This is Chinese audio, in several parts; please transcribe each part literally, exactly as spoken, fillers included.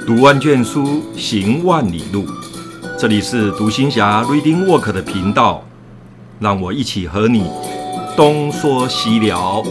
读万卷书，行万里路。这里是读行侠 Reading Work 的频道，让我一起和你东说西聊。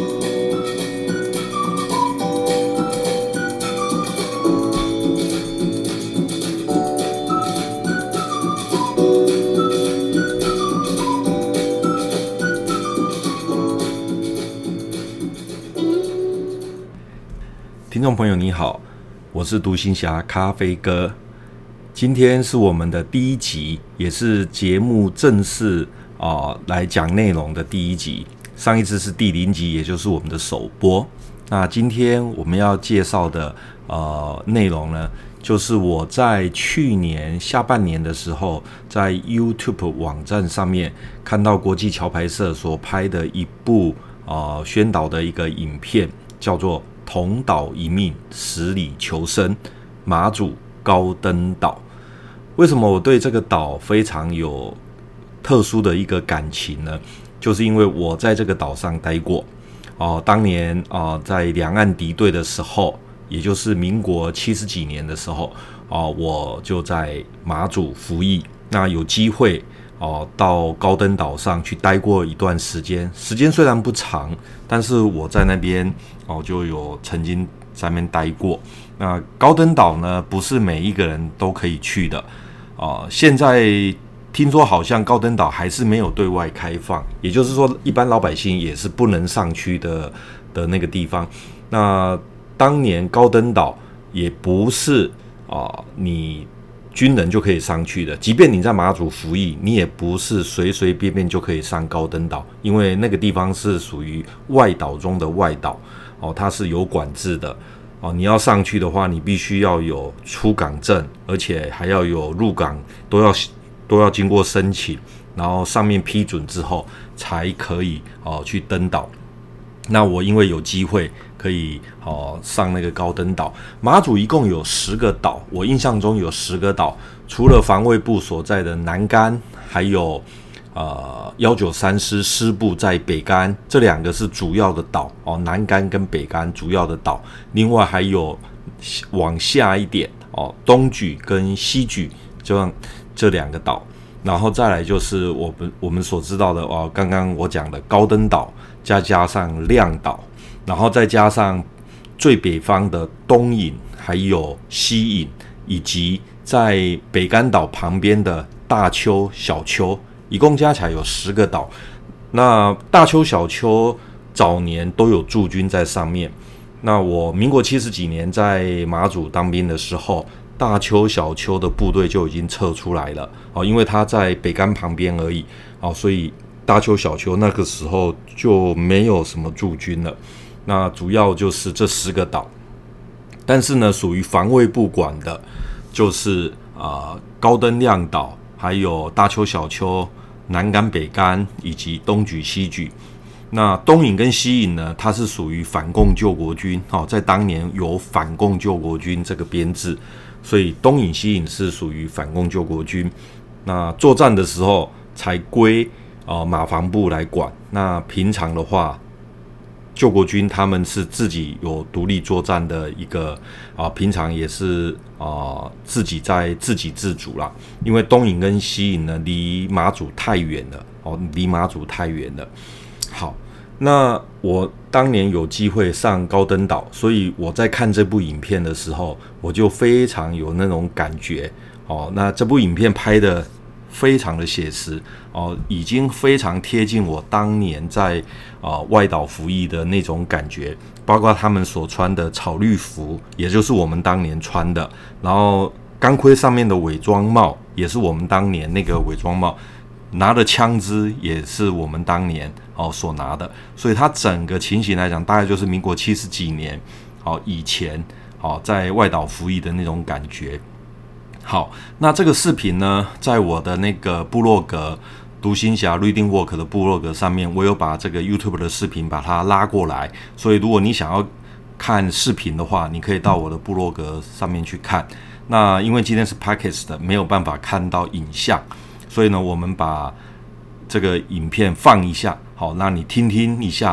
听众朋友你好，我是读行侠咖啡哥。今天是我们的第一集，也是节目正式、呃、来讲内容的第一集。上一次是第零集，也就是我们的首播。那今天我们要介绍的呃内容呢，就是我在去年下半年的时候，在 YouTube 网站上面看到国际桥牌社所拍的一部呃宣导的一个影片，叫做同岛一命，十里求生，马祖高登岛。为什么我对这个岛非常有特殊的一个感情呢？就是因为我在这个岛上待过。哦，当年啊、呃，在两岸敌对的时候，也就是民国七十几年的时候，哦，我就在马祖服役。那有机会哦，到高登岛上去待过一段时间，时间虽然不长，但是我在那边哦就有曾经在那边待过。那高登岛呢，不是每一个人都可以去的哦。现在听说好像高登岛还是没有对外开放，也就是说，一般老百姓也是不能上去的的那个地方。那当年高登岛也不是啊、呃，你军人就可以上去的，即便你在马祖服役，你也不是随随便便就可以上高登岛，因为那个地方是属于外岛中的外岛哦，它是有管制的哦。你要上去的话，你必须要有出港证，而且还要有入港，都要都要经过申请，然后上面批准之后才可以哦去登岛。那我因为有机会可以哦上那个高登岛，马祖一共有十个岛，我印象中有十个岛，除了防卫部所在的南竿，还有呃一九三师师部在北竿，这两个是主要的岛哦，南竿跟北竿主要的岛，另外还有往下一点哦，东莒跟西莒，这样这两个岛。然后再来就是我们我们所知道的哦，刚刚我讲的高登岛，再加上亮岛，然后再加上最北方的东引，还有西引，以及在北竿岛旁边的大丘、小丘，一共加起来有十个岛。那大丘、小丘早年都有驻军在上面。那我民国七十几年在马祖当兵的时候，大丘、小丘的部队就已经撤出来了哦，因为它在北竿旁边而已哦，所以大丘、小丘那个时候就没有什么驻军了。那主要就是这十个岛，但是呢，属于防卫部管的，就是啊、呃、高登亮岛，还有大丘、小丘、南竿、北竿以及东莒、西莒。那东引跟西引呢，它是属于反共救国军哦，在当年有反共救国军这个编制。所以东引西引是属于反共救国军，那作战的时候才归、呃、马防部来管。那平常的话，救国军他们是自己有独立作战的一个啊、呃，平常也是啊、呃、自己在自给自足啦。因为东引跟西引呢，离马祖太远了哦，离马祖太远了。好。那我当年有机会上高登岛，所以我在看这部影片的时候，我就非常有那种感觉哦。那这部影片拍的非常的写实哦，已经非常贴近我当年在啊、呃、外岛服役的那种感觉，包括他们所穿的草绿服，也就是我们当年穿的，然后钢盔上面的伪装帽也是我们当年那个伪装帽。拿的枪支也是我们当年哦所拿的，所以它整个情形来讲，大概就是民国七十几年哦以前哦在外岛服役的那种感觉。好，那这个视频呢，在我的那个部落格读行侠 Reading Work 的部落格上面，我有把这个 YouTube 的视频把它拉过来，所以如果你想要看视频的话，你可以到我的部落格上面去看。那因为今天是 Podcast 的，没有办法看到影像。所以呢，我们把这个影片放一下，好，那你听听一下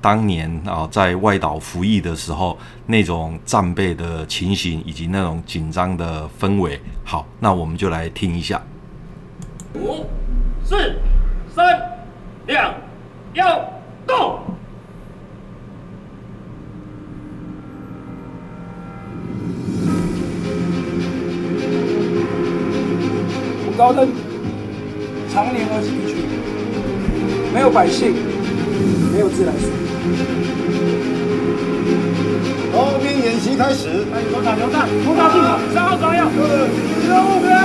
当年啊在外岛服役的时候那种战备的情形以及那种紧张的氛围。好，那我们就来听一下。 五、四、三、两、一，动！ 高登常年而地区，没有百姓，没有自来水。 后面演习开始。 开始投打榴弹，投打进场，三号抓药。任务员。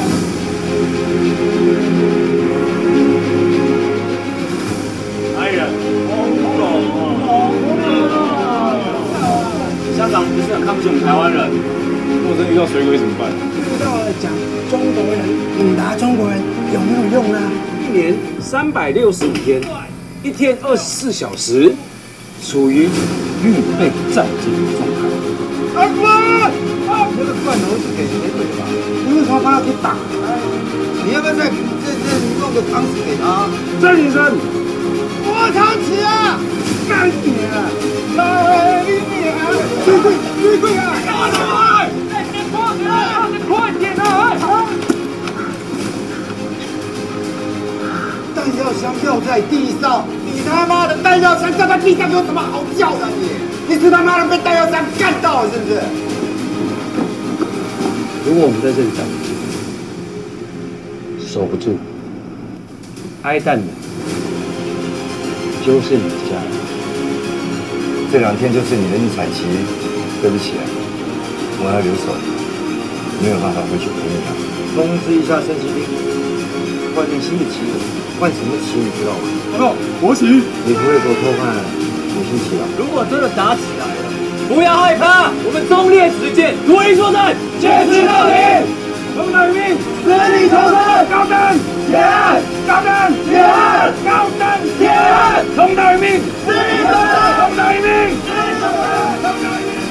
来人，红龙，乡长不是很看不起我们台湾人？ 如果真遇到水鬼怎么办？ 遇到了讲中国人，你答中国人有没有用呢？一年三百六十五天，一天二十四小时，处于预备战争状态。阿哥， 那个罐头是给水鬼的吧？你为什么帮他去打？你要不要再再再弄个汤匙给他？ 郑先生， 我汤匙啊！ 干你啊！来你啊！水鬼，水鬼啊！快！快点啊！ 弹药箱掉在地上，你他妈的弹药箱掉在地上有什么好叫的你？你是他妈的被弹药箱干到了是不是？ 如果我们在这里站不住，守不住，挨弹的就是你的家人。 这两天就是你的逆产期，对不起啊，我要留守，没有办法回去陪你了。通知一下升旗兵，外面新的旗子，换什么旗你知道吗？ 报告，国旗。 你不会给我偷换五星旗啊？ 如果真的打起来了，不要害怕，我们忠烈直谏，独立作战，坚持到底。 同党一命，死里求生。高登，铁案！高登，铁案！高登，铁案！同党一命，死里求生。同党一命，死里求生。同党一命。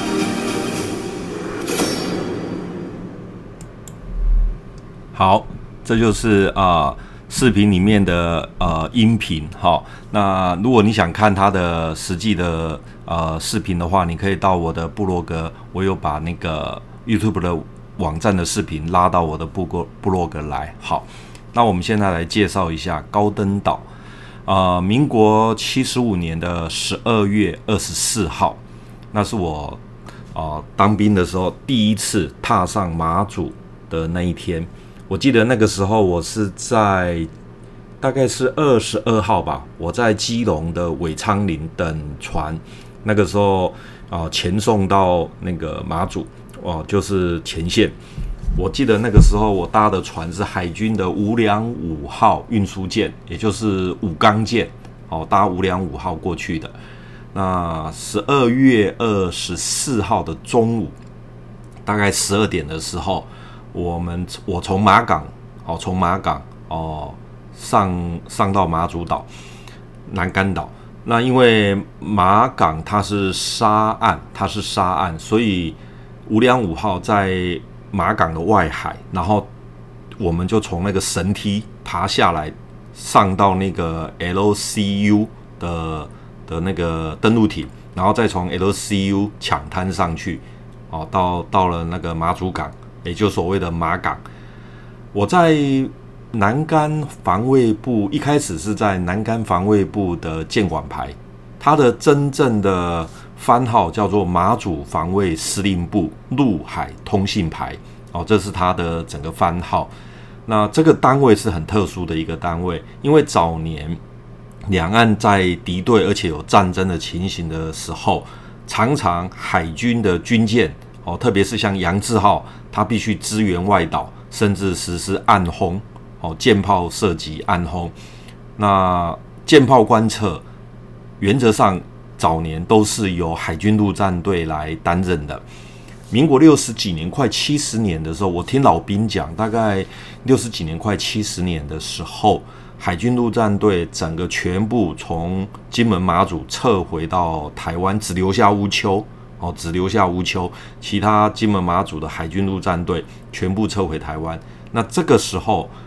好，这就是啊、呃、视频里面的呃音频哈。那如果你想看它的实际的呃视频的话，你可以到我的部落格，我有把那个 YouTube 的网站的视频拉到我的部落部落格来。好，那我们现在来介绍一下高登岛。呃，民国七十五年的十二月二十四号，那是我呃当兵的时候第一次踏上马祖的那一天。我记得那个时候我是在大概是二十二号吧，我在基隆的尾昌林等船，那个时候啊、呃、前送到那个马祖哦、呃，就是前线。我记得那个时候我搭的船是海军的五两五号运输舰，也就是五钢舰哦，搭五两五号过去的。那十二月二十四号的中午，大概十二点的时候。我们我从马港哦，从马港哦上上到马祖岛、南竿岛。那因为马港它是沙岸，它是沙岸，所以五两五号在马港的外海，然后我们就从那个绳梯爬下来，上到那个 L C U 的的那个登陆艇，然后再从 L C U 抢滩上去，哦，到到了那个马祖港。也就所谓的马港，我在南竿防卫部一开始是在南竿防卫部的舰管排，它的真正的番号叫做马祖防卫司令部陆海通信排，哦，这是它的整个番号。那这个单位是很特殊的一个单位，因为早年两岸在敌对而且有战争的情形的时候，常常海军的军舰。哦，特别是像杨志号，它必须支援外岛，甚至实施暗轰，哦，舰炮射击暗轰。那舰炮观测，原则上早年都是由海军陆战队来担任的。民国六十几年，快七十年的时候，我听老兵讲，大概六十几年，快七十年的时候，海军陆战队整个全部从金门马祖撤回到台湾，只留下乌丘。哦，只留下乌丘，其他金门马祖的海军陆战队全部撤回台湾。那这个时候，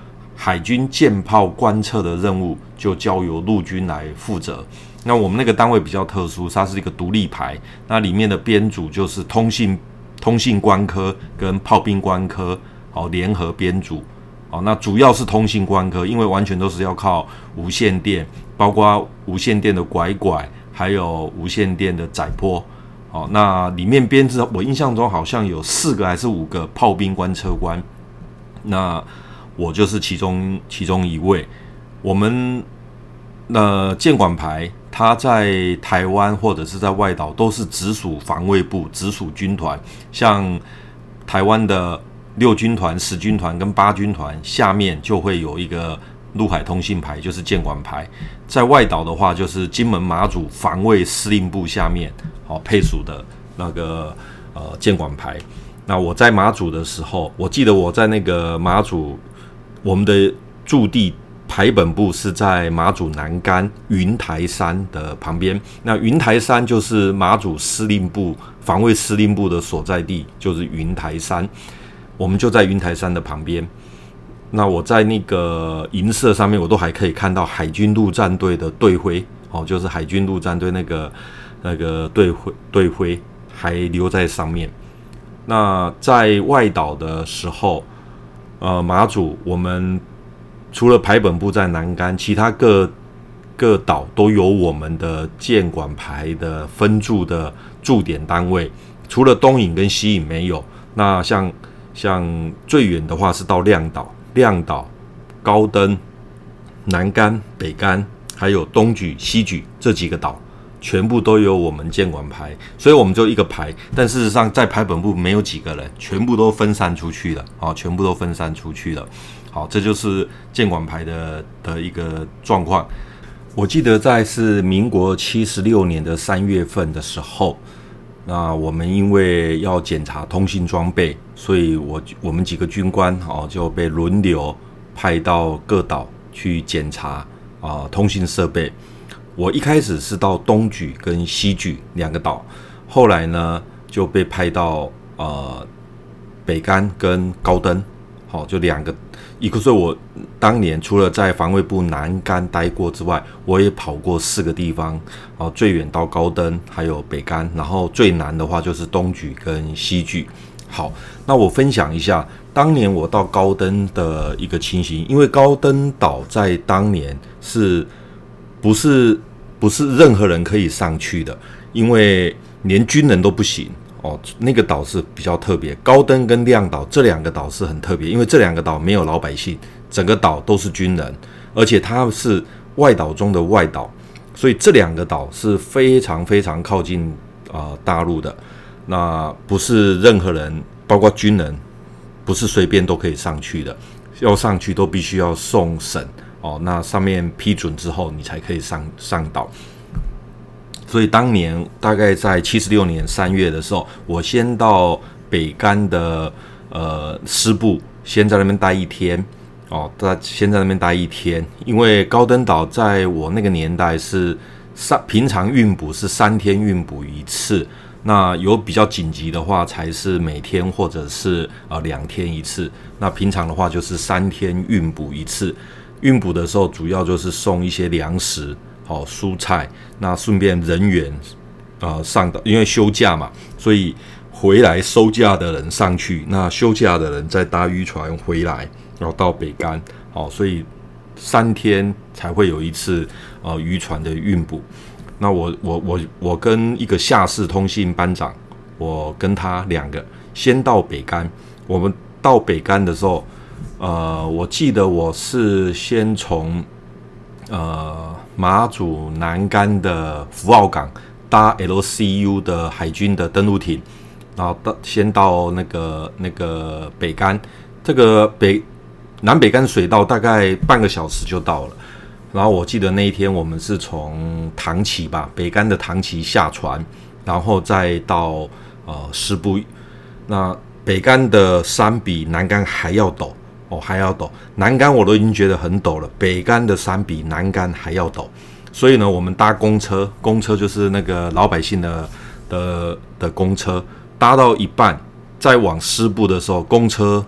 海军舰炮观测的任务就交由陆军来负责。那我们那个单位比较特殊，它是一个独立排，那里面的编组就是通信通信官科跟炮兵官科哦联合编组哦。那主要是通信官科，因为完全都是要靠无线电，包括无线电的拐拐，还有无线电的载波。哦，那里面编制我印象中好像有四个还是五个炮兵观测官，那我就是其中其中一位。我们呃舰管排它在台湾或者是在外岛都是直属防卫部、直属军团，像台湾的六军团、十军团跟八军团下面就会有一个陆海通信排，就是舰管排。在外岛的话，就是金门马祖防卫司令部下面好、哦、配属的那个呃舰管排。那我在马祖的时候，我记得我在那个马祖，我们的驻地排本部是在马祖南竿云台山的旁边。那云台山就是马祖司令部防卫司令部的所在地，就是云台山。我们就在云台山的旁边。那我在那个营舍上面，我都还可以看到海军陆战队的队徽，哦，就是海军陆战队那个那个队徽队徽还留在上面。那在外岛的时候，呃，马祖我们除了排本部在南竿，其他各各岛都有我们的舰管排的分驻的驻点单位，除了东引跟西引没有。那像像最远的话是到亮岛。亮岛、高登、南竿、北竿，还有东莒、西莒这几个岛，全部都有我们舰管排，所以我们就一个排。但事实上，在排本部没有几个人，全部都分散出去了，啊，全部都分散出去了。好，这就是舰管排的的一个状况。我记得在是民国七十六年的三月份的时候。那我们因为要检查通信装备，所以我我们几个军官哦就被轮流派到各岛去检查啊、呃、通信设备。我一开始是到东莒跟西莒两个岛，后来呢就被派到呃北竿跟高登，好、哦、就两个。一个，所以我当年除了在防卫部南竿待过之外，我也跑过四个地方，啊，最远到高登，还有北竿，然后最南的话就是东莒跟西莒。好，那我分享一下当年我到高登的一个情形，因为高登岛在当年是不是不是任何人可以上去的，因为连军人都不行。哦，那个岛是比较特别，高登跟亮岛这两个岛是很特别，因为这两个岛没有老百姓，整个岛都是军人，而且它是外岛中的外岛，所以这两个岛是非常非常靠近啊、呃、大陆的，那不是任何人，包括军人，不是随便都可以上去的，要上去都必须要送审哦，那上面批准之后，你才可以上上岛。所以当年大概在七十六年三月的时候，我先到北竿的呃师部，先在那边待一天哦，先在那边待一天，因为高登岛在我那个年代是三平常运补是三天运补一次，那有比较紧急的话才是每天或者是呃两天一次，那平常的话就是三天运补一次。运补的时候主要就是送一些粮食。好，蔬菜，那顺便人员，呃，上岛，因为休假嘛，所以回来收假的人上去，那休假的人再搭渔船回来，然后到北竿，好，所以三天才会有一次呃渔船的运补。那我我我我跟一个下士通信班长，我跟他两个先到北竿。我们到北竿的时候，呃，我记得我是先从呃。马祖南竿的福澳港搭 L C U 的海军的登陆艇，然后到先到那个那个北竿，这个北南北竿水道大概半个小时就到了。然后我记得那一天我们是从唐崎吧，北竿的唐崎下船，然后再到呃师部。那北竿的山比南竿还要陡。哦，还要陡，南竿我都已经觉得很陡了，北竿的山比南竿还要陡，所以呢，我们搭公车，公车就是那个老百姓的的的公车，搭到一半，再往师部的时候，公车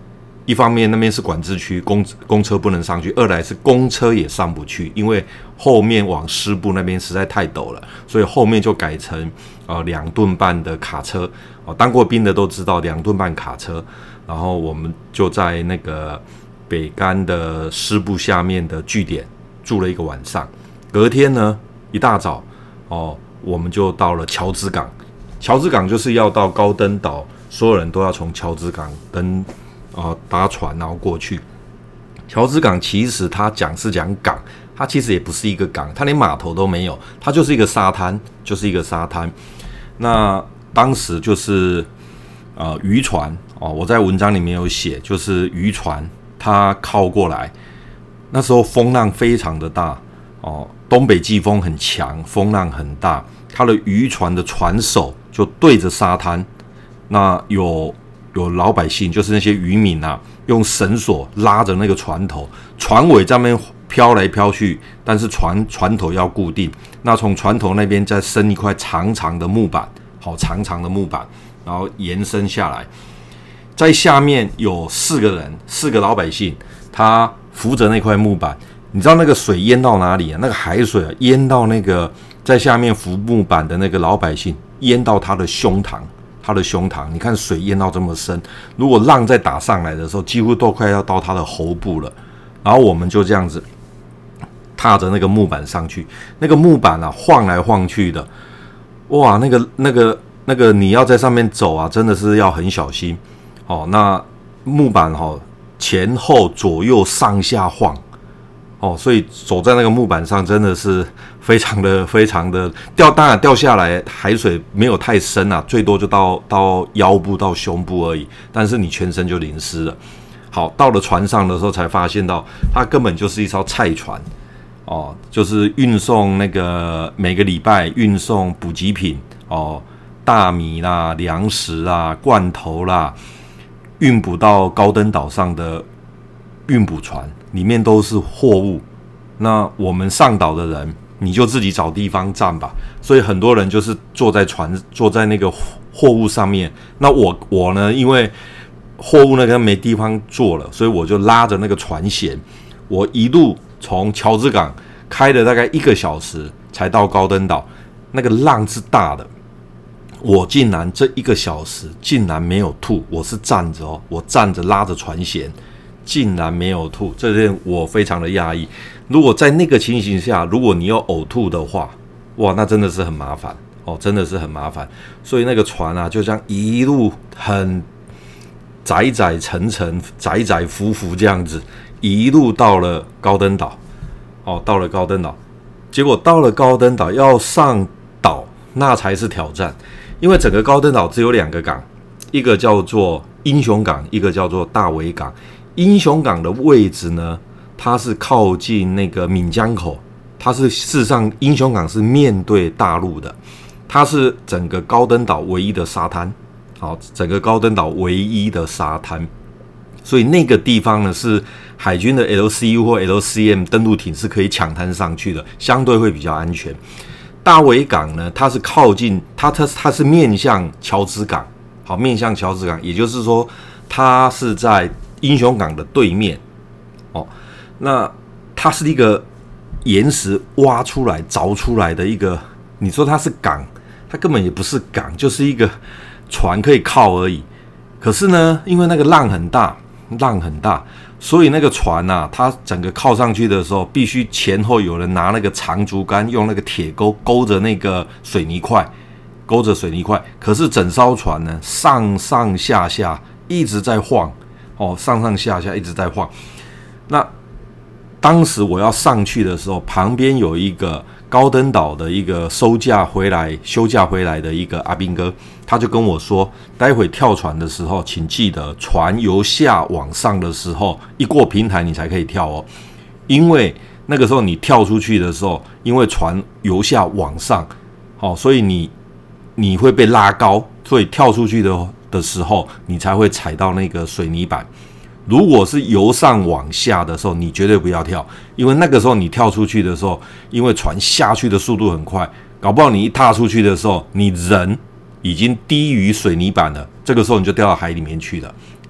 一方面那边是管制区，公公车不能上去；二来是公车也上不去，因为后面往师部那边实在太陡了，所以后面就改成呃两吨半的卡车。哦，当过兵的都知道两吨半卡车。然后我们就在那个北竿的师部下面的据点住了一个晚上。隔天呢，一大早哦，我们就到了乔治港。乔治港就是要到高登岛，所有人都要从乔治港登。呃，搭船然后过去。乔治港其实它讲是讲港，它其实也不是一个港，它连码头都没有，它就是一个沙滩，就是一个沙滩。那当时就是呃渔船哦，我在文章里面有写，就是渔船它靠过来，那时候风浪非常的大哦，东北季风很强，风浪很大，它的渔船的船手就对着沙滩，那有。有老百姓，就是那些渔民啊，用绳索拉着那个船头，船尾在那边飘来飘去，但是船船头要固定。那从船头那边再伸一块长长的木板，好长长的木板，然后延伸下来，在下面有四个人，四个老百姓，他扶着那块木板。你知道那个水淹到哪里啊？那个海水啊，淹到那个在下面扶木板的那个老百姓，淹到他的胸膛。他的胸膛，你看水淹到这么深，如果浪再打上来的时候，几乎都快要到他的喉部了。然后我们就这样子踏着那个木板上去，那个木板啊晃来晃去的，哇，那个那个那个你要在上面走啊，真的是要很小心哦。那木板哦前后左右上下晃。哦，所以走在那个木板上真的是非常的非常的掉，当然掉下来海水没有太深啊，最多就到到腰部到胸部而已，但是你全身就淋湿了。好，到了船上的时候才发现到，它根本就是一艘菜船哦，就是运送那个每个礼拜运送补给品哦，大米啦、粮食啦、罐头啦，运补到高登岛上的运补船。里面都是货物，那我们上岛的人，你就自己找地方站吧。所以很多人就是坐在船，坐在那个货物上面。那我我呢，因为货物那个没地方坐了，所以我就拉着那个船舷，我一路从乔治港开了大概一个小时才到高登岛。那个浪是大的，我竟然这一个小时竟然没有吐，我是站着哦，我站着拉着船舷。竟然没有吐，这点我非常的讶异。如果在那个情形下，如果你有呕吐的话，哇，那真的是很麻烦哦，真的是很麻烦。所以那个船啊，就这样一路很载载沉沉、载载浮浮这样子，一路到了高登岛。哦，到了高登岛，结果到了高登岛要上岛，那才是挑战，因为整个高登岛只有两个港，一个叫做英雄港，一个叫做大围港。英雄港的位置呢，它是靠近那个闽江口，它是事实上英雄港是面对大陆的，它是整个高登岛唯一的沙滩，好，整个高登岛唯一的沙滩，所以那个地方呢是海军的 L C U 或 L C M 登陆艇是可以抢滩上去的，相对会比较安全。大围港呢，它是靠近它它它是面向乔治港，好，面向乔治港，也就是说它是在英雄港的对面，哦，那它是一个岩石挖出来、凿出来的一个，你说它是港，它根本也不是港，就是一个船可以靠而已。可是呢，因为那个浪很大，浪很大，所以那个船啊，它整个靠上去的时候，必须前后有人拿那个长竹竿，用那个铁钩勾着那个水泥块，勾着水泥块。可是整艘船呢，上上下下一直在晃。哦，上上下下一直在晃。那当时我要上去的时候，旁边有一个高登岛的一个收假回来、休假回来的一个阿兵哥，他就跟我说，待会跳船的时候，请记得船由下往上的时候，一过平台你才可以跳哦，因为那个时候你跳出去的时候，因为船由下往上，哦，所以你你会被拉高，所以跳出去的。的时候，你才会踩到那个水泥板。如果是由上往下的时候，你绝对不要跳，因为那个时候你跳出去的时候，因为船下去的速度很快，搞不好你一踏出去的时候，你人已经低于水泥板了，这个时候你就掉到海里面去了。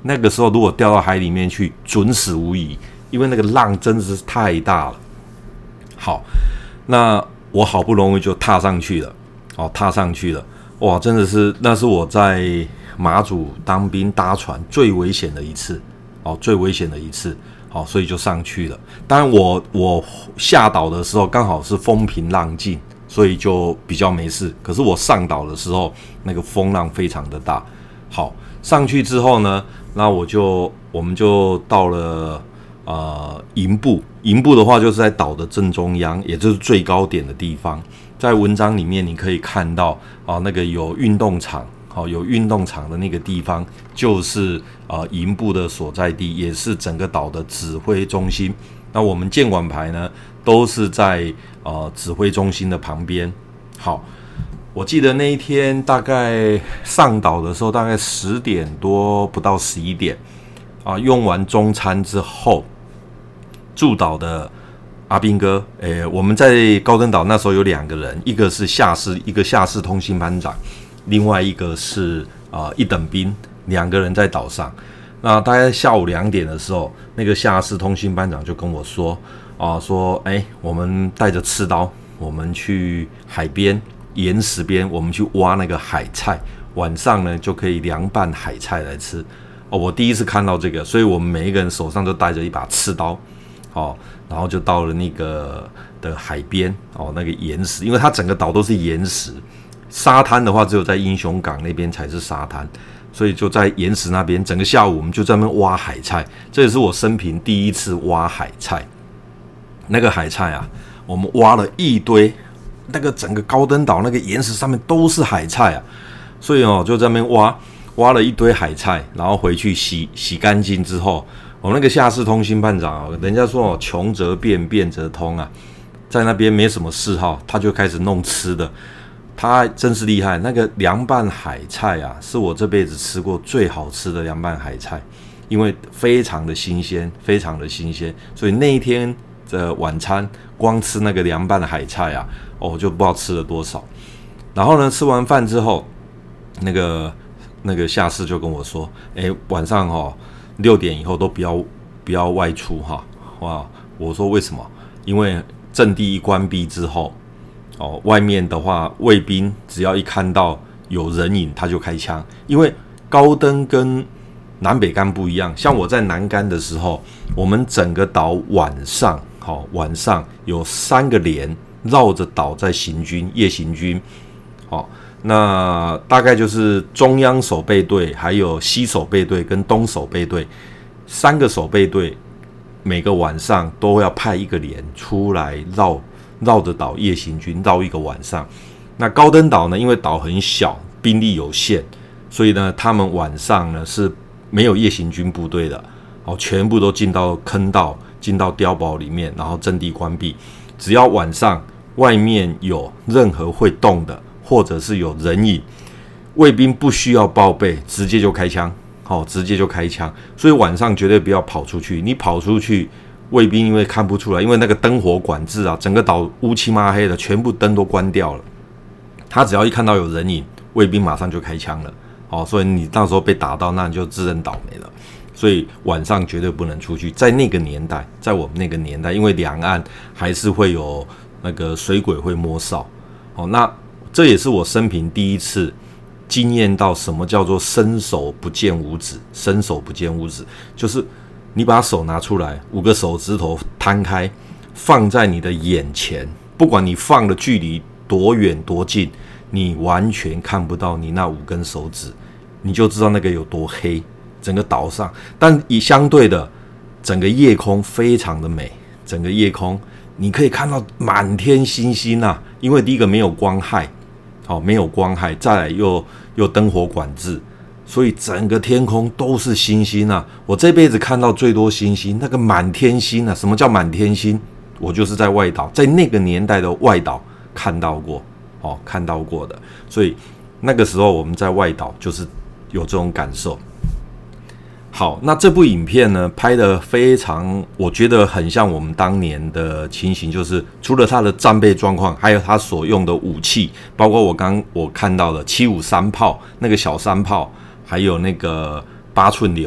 那个时候如果掉到海里面去，准死无疑，因为那个浪真的是太大了。好，那我好不容易就踏上去了，哦，踏上去了，哇，真的是那是我在马祖当兵搭船最危险的一次，哦，最危险的一次，好，所以就上去了。当然我我下岛的时候刚好是风平浪静，所以就比较没事。可是我上岛的时候，那个风浪非常的大。好，上去之后呢，那我就我们就到了呃营部。营部的话就是在岛的正中央，也就是最高点的地方。在文章里面你可以看到啊、呃，那个有运动场。好，有运动场的那个地方就是呃营部的所在地，也是整个岛的指挥中心。那我们建管排呢，都是在呃指挥中心的旁边。好，我记得那一天大概上岛的时候，大概十点多不到十一点啊，用完中餐之后，驻岛的阿兵哥，诶，我们在高登岛那时候有两个人，一个是下士，一个下士通信班长。另外一个是啊、呃、一等兵，两个人在岛上。那大概下午两点的时候，那个下士通信班长就跟我说啊、呃、说，哎，我们带着刺刀，我们去海边岩石边，我们去挖那个海菜，晚上呢就可以凉拌海菜来吃。哦，我第一次看到这个，所以我们每一个人手上都带着一把刺刀，哦，然后就到了那个的海边，哦，那个岩石，因为它整个岛都是岩石。沙滩的话，只有在英雄港那边才是沙滩，所以就在岩石那边，整个下午我们就在那边挖海菜。这也是我生平第一次挖海菜。那个海菜啊，我们挖了一堆，那个整个高登岛那个岩石上面都是海菜啊，所以哦，就在那边挖，挖了一堆海菜，然后回去洗洗干净之后，我们那个下士通信班长哦，人家说哦，穷则变，变则通啊，在那边没什么嗜好，他就开始弄吃的。他真是厉害，那个凉拌海菜啊，是我这辈子吃过最好吃的凉拌海菜，因为非常的新鲜，非常的新鲜，所以那一天的晚餐光吃那个凉拌的海菜啊，哦，我就不知道吃了多少。然后呢，吃完饭之后，那个那个下士就跟我说，哎，晚上哈、哦、六点以后都不要不要外出哈，哇！我说为什么？因为阵地一关闭之后。哦，外面的话，卫兵只要一看到有人影，他就开枪。因为高登跟南北竿不一样，像我在南竿的时候，我们整个岛晚上，好、哦、晚上有三个连绕着岛在行军，夜行军。好、哦，那大概就是中央守备队、还有西守备队跟东守备队三个守备队，每个晚上都要派一个连出来绕。绕着岛夜行军，绕一个晚上。那高登岛呢？因为岛很小，兵力有限，所以呢，他们晚上呢是没有夜行军部队的，哦，全部都进到坑道，进到碉堡里面，然后阵地关闭。只要晚上外面有任何会动的，或者是有人影，卫兵不需要报备，直接就开枪，好、哦，直接就开枪。所以晚上绝对不要跑出去，你跑出去。卫兵因为看不出来，因为那个灯火管制啊，整个岛乌漆嘛黑的，全部灯都关掉了。他只要一看到有人影，卫兵马上就开枪了。哦，所以你到时候被打到，那你就自认倒霉了。所以晚上绝对不能出去。在那个年代，在我们那个年代，因为两岸还是会有那个水鬼会摸哨。哦，那这也是我生平第一次经验到什么叫做伸手不见五指。伸手不见五指，就是。你把手拿出来，五个手指头摊开，放在你的眼前，不管你放的距离多远多近，你完全看不到你那五根手指，你就知道那个有多黑。整个岛上，但以相对的，整个夜空非常的美，整个夜空你可以看到满天星星啊，因为第一个没有光害，好、哦、没有光害，再来又又灯火管制。所以整个天空都是星星啊！我这辈子看到最多星星，那个满天星啊！什么叫满天星？我就是在外岛，在那个年代的外岛看到过，哦，看到过的。所以那个时候我们在外岛就是有这种感受。好，那这部影片呢，拍得非常，我觉得很像我们当年的情形，就是除了它的战备状况，还有它所用的武器，包括我刚我看到的七五三炮那个小山炮。还有那个八寸流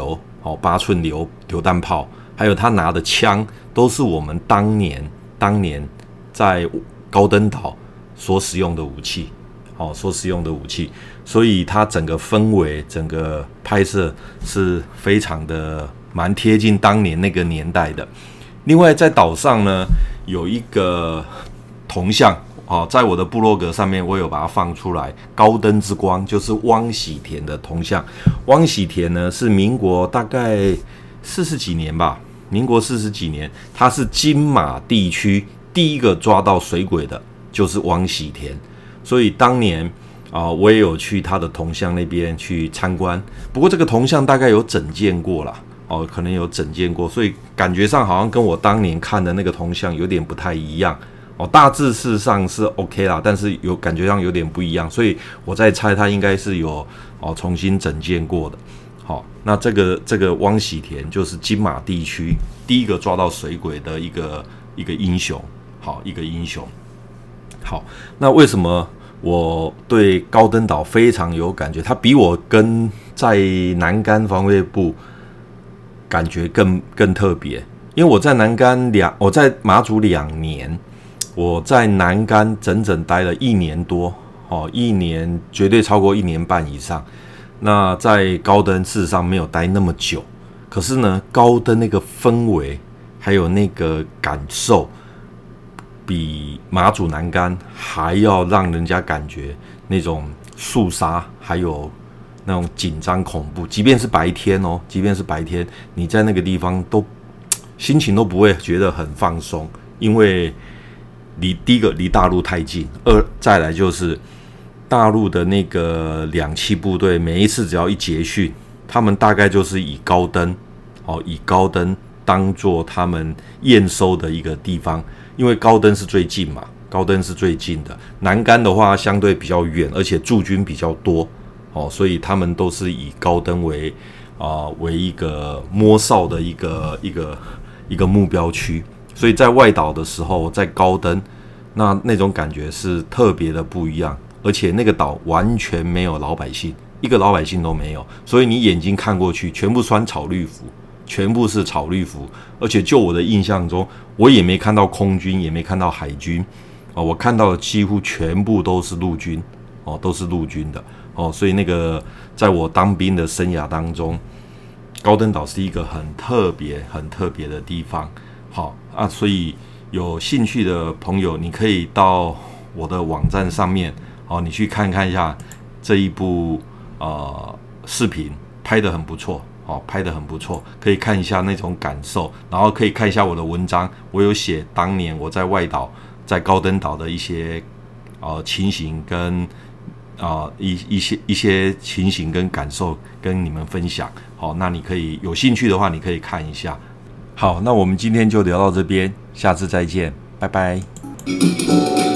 好八寸榴榴弹炮，还有他拿的枪，都是我们当年当年在高登岛所使用的武器，好所使用的武器，所以它整个氛围、整个拍摄是非常的蛮贴近当年那个年代的。另外，在岛上呢有一个铜像。哦，在我的部落格上面，我有把它放出来。高登之光就是汪喜田的铜像。汪喜田呢是民国大概四十几年吧，民国四十几年，他是金马地区第一个抓到水鬼的，就是汪喜田。所以当年啊、呃，我也有去他的铜像那边去参观。不过这个铜像大概有整件过啦，哦，可能有整件过，所以感觉上好像跟我当年看的那个铜像有点不太一样。哦，大致事上是 OK 啦，但是有感觉上有点不一样，所以我在猜它应该是有哦重新整建过的。好、哦，那这个这个汪喜田就是金马地区第一个抓到水鬼的一个一个英雄，好一个英雄。好，那为什么我对高登岛非常有感觉？它比我跟在南竿防卫部感觉更更特别，因为我在南竿两，我在马祖两年。我在南竿整整待了一年多，哦，一年绝对超过一年半以上。那在高登事实上没有待那么久，可是呢，高登那个氛围还有那个感受，比马祖南竿还要让人家感觉那种肃杀，还有那种紧张恐怖。即便是白天哦，即便是白天，你在那个地方都心情都不会觉得很放松，因为。离第一个离大陆太近，二再来就是大陆的那个两栖部队，每一次只要一结训，他们大概就是以高登，哦，以高登当做他们验收的一个地方，因为高登是最近嘛，高登是最近的。南竿的话相对比较远，而且驻军比较多，哦，所以他们都是以高登为啊、呃、为一个摸哨的一个一个一个目标区。所以在外岛的时候，在高登，那那种感觉是特别的不一样，而且那个岛完全没有老百姓，一个老百姓都没有，所以你眼睛看过去，全部穿草绿服，全部是草绿服，而且就我的印象中，我也没看到空军，也没看到海军，哦，我看到的几乎全部都是陆军，哦，都是陆军的，哦，所以那个在我当兵的生涯当中，高登岛是一个很特别、很特别的地方。好啊，所以有兴趣的朋友，你可以到我的网站上面，哦，你去看看一下这一部呃视频，拍得很不错，哦，拍得很不错，可以看一下那种感受，然后可以看一下我的文章，我有写当年我在外岛，在高登岛的一些呃情形跟啊、呃、一一些一些情形跟感受跟你们分享。好，那你可以有兴趣的话，你可以看一下。好，那我们今天就聊到这边，下次再见，拜拜。